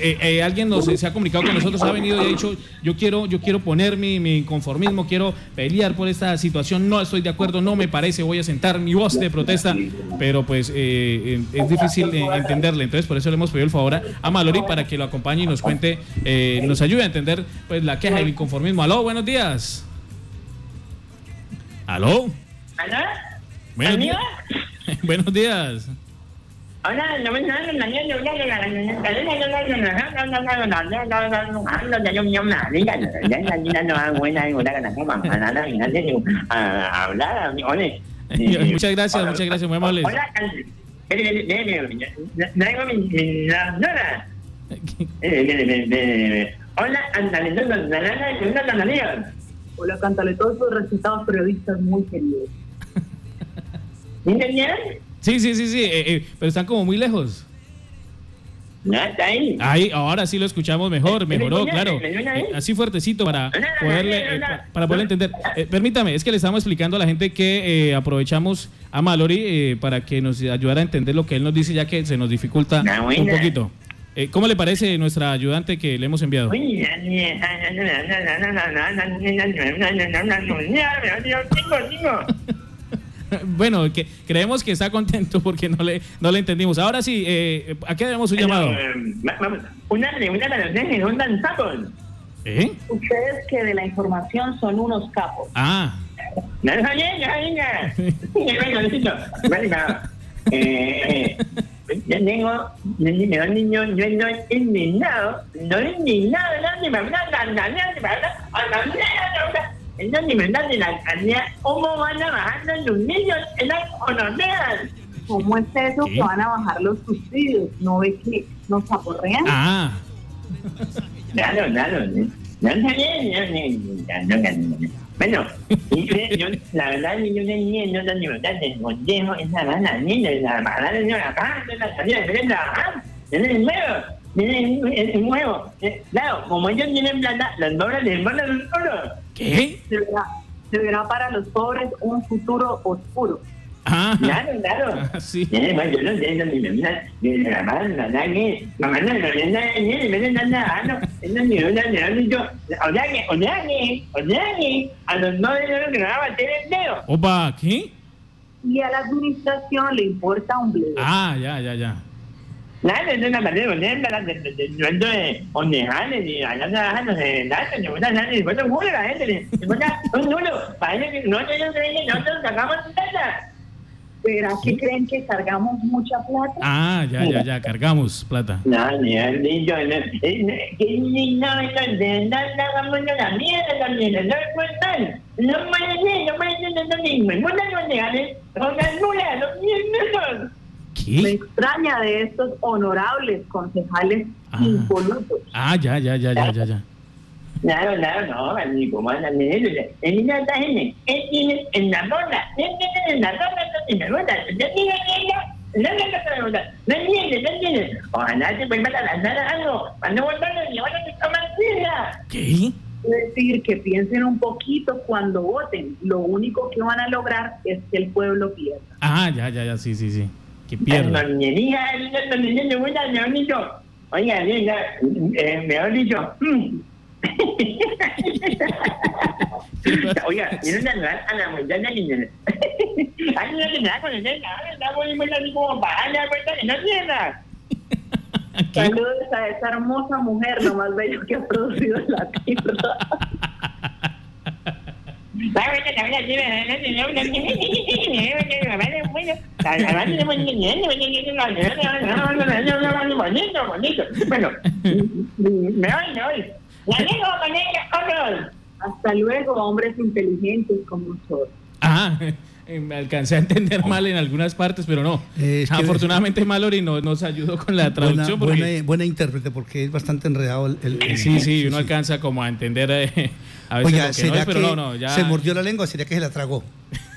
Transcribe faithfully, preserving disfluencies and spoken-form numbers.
eh, eh, alguien nos, se ha comunicado con nosotros, ha venido y ha dicho, yo quiero, yo quiero poner mi, mi inconformismo, quiero pelear por esta situación, no estoy de acuerdo, no me parece, voy a sentar mi voz de protesta, pero pues eh, es difícil eh, entenderle, entonces por eso le hemos pedido el favor a, a Mallory para que lo acompañe y nos cuente, eh, nos ayude a entender pues la queja del inconformismo. Aló, buenos días. Aló. ¿Aló? Buenos días. Buenos días. Hola, no me sale la niña, yo le la niña, no no no no no no yo yo nada, ya ya ya ya no hago buena y buena ganas como nada y nada de hablar, oye. Muchas gracias, muchas gracias, muy amables. Hola, no mi mi nada. Hola, ándale, no no no no. Hola, cántale todos tus recitados periodistas muy queridos. ¿Entendieron? Sí, sí, sí, sí, eh, eh, pero están como muy lejos. No, está ahí. Ahí, ahora sí lo escuchamos mejor, mejoró, claro. Eh, así fuertecito para poderle, eh, para poderle entender. Eh, permítame, es que le estamos explicando a la gente que eh, aprovechamos a Mallory eh, para que nos ayudara a entender lo que él nos dice, ya que se nos dificulta un poquito. Eh, ¿Cómo le parece nuestra ayudante que le hemos enviado? Bueno, que creemos que está contento porque no le no le entendimos. Ahora sí, eh, ¿a qué debemos su llamado? Una pregunta para ustedes, ¿son tan sapos? ¿Eh? Ustedes que de la información son unos capos. Ah. No, no, eh, yo tengo, yo niño, yo estoy indignado, no indignado, no ni me hablan, no ni me hablan, no ni me hablan de la alcaldía, ¿cómo van a bajar los niños en la economía? ¿Cómo es eso que van a bajar los subsidios? ¿No ve que nos aporrean? Ah. Claro, claro, no bueno, yo, la verdad, yo no entiendo la libertad del consejo, esa gana, niña, la verdad, yo acá, la salida de trabajar, tienen el nuevo, tienen el nuevo. Claro, como ellos tienen plata, los pobres les van a los pobres. ¿Qué? Se verá, se verá para los pobres un futuro oscuro. Ah, claro, claro. Ah, sí. Bueno, yo no entiendo ni la la mamá, la verdad que, mamá, no, no, no, no, no, no, no, ni una, ni yo, o sea que, o sea que, o sea que, a los no de que no va a bater el dedo. Opa, ¿qué? Y a la administración le importa un bledo. Ah, ya, ya, ya. Claro, es una manera de poner del sueldo de concejales y allá trabajando de nada, se gusta nada, y después un nulo la gente, se gusta un nulo, parece que no ellos creen que nosotros sacamos plata. ¿Será que creen que cargamos mucha plata? Ah, ya, ya, ya, cargamos plata. No, ni el niño, que ni no, de nada, vamos a la mierda también, no es cuenta, no puede no puede ser, no mismo, muchas concejales, con las nulas, los niños. ¿Qué? Me extraña de estos honorables concejales ah. impolutos. Ah, ya, ya, ya, ya, ya, ya. Claro, claro, no, ni como andan de eso. El niño está en él tiene en la ronda, él tiene en la ronda, no tiene ronda, ya tiene ella, no le pasa la ronda, no entiende, no entiende. Ojalá se vuelvan a lanzar algo, cuando vuelvan a llevar a tomar piedra. ¿Qué? Es decir, que piensen un poquito cuando voten. Lo único que van a lograr es que el pueblo pierda. Ah, ya, ya, ya, sí, sí, sí. Que pierda. No, ni diga, no, ni diga, mejor dicho, oiga, diga, mejor dicho, oiga, ¿y dónde van a la muchacha niña? Hay una que nada con el niño, está muy muy así como para la puerta que no tienda. Saludos a esa hermosa mujer, lo más bello que ha producido la tierra. Bueno, me voy, me voy. Hasta luego, hombres inteligentes como nosotros. Ah, me alcancé a entender mal en algunas partes, pero no. Eh, es Afortunadamente que... Mallory nos, nos ayudó con la traducción. Buena, porque... buena, buena intérprete, porque es bastante enredado el... el, el sí, sí, sí, uno sí. alcanza como a entender eh, a veces Oiga, lo que no es, pero que no, no, ya... se mordió la lengua, sería que se la tragó.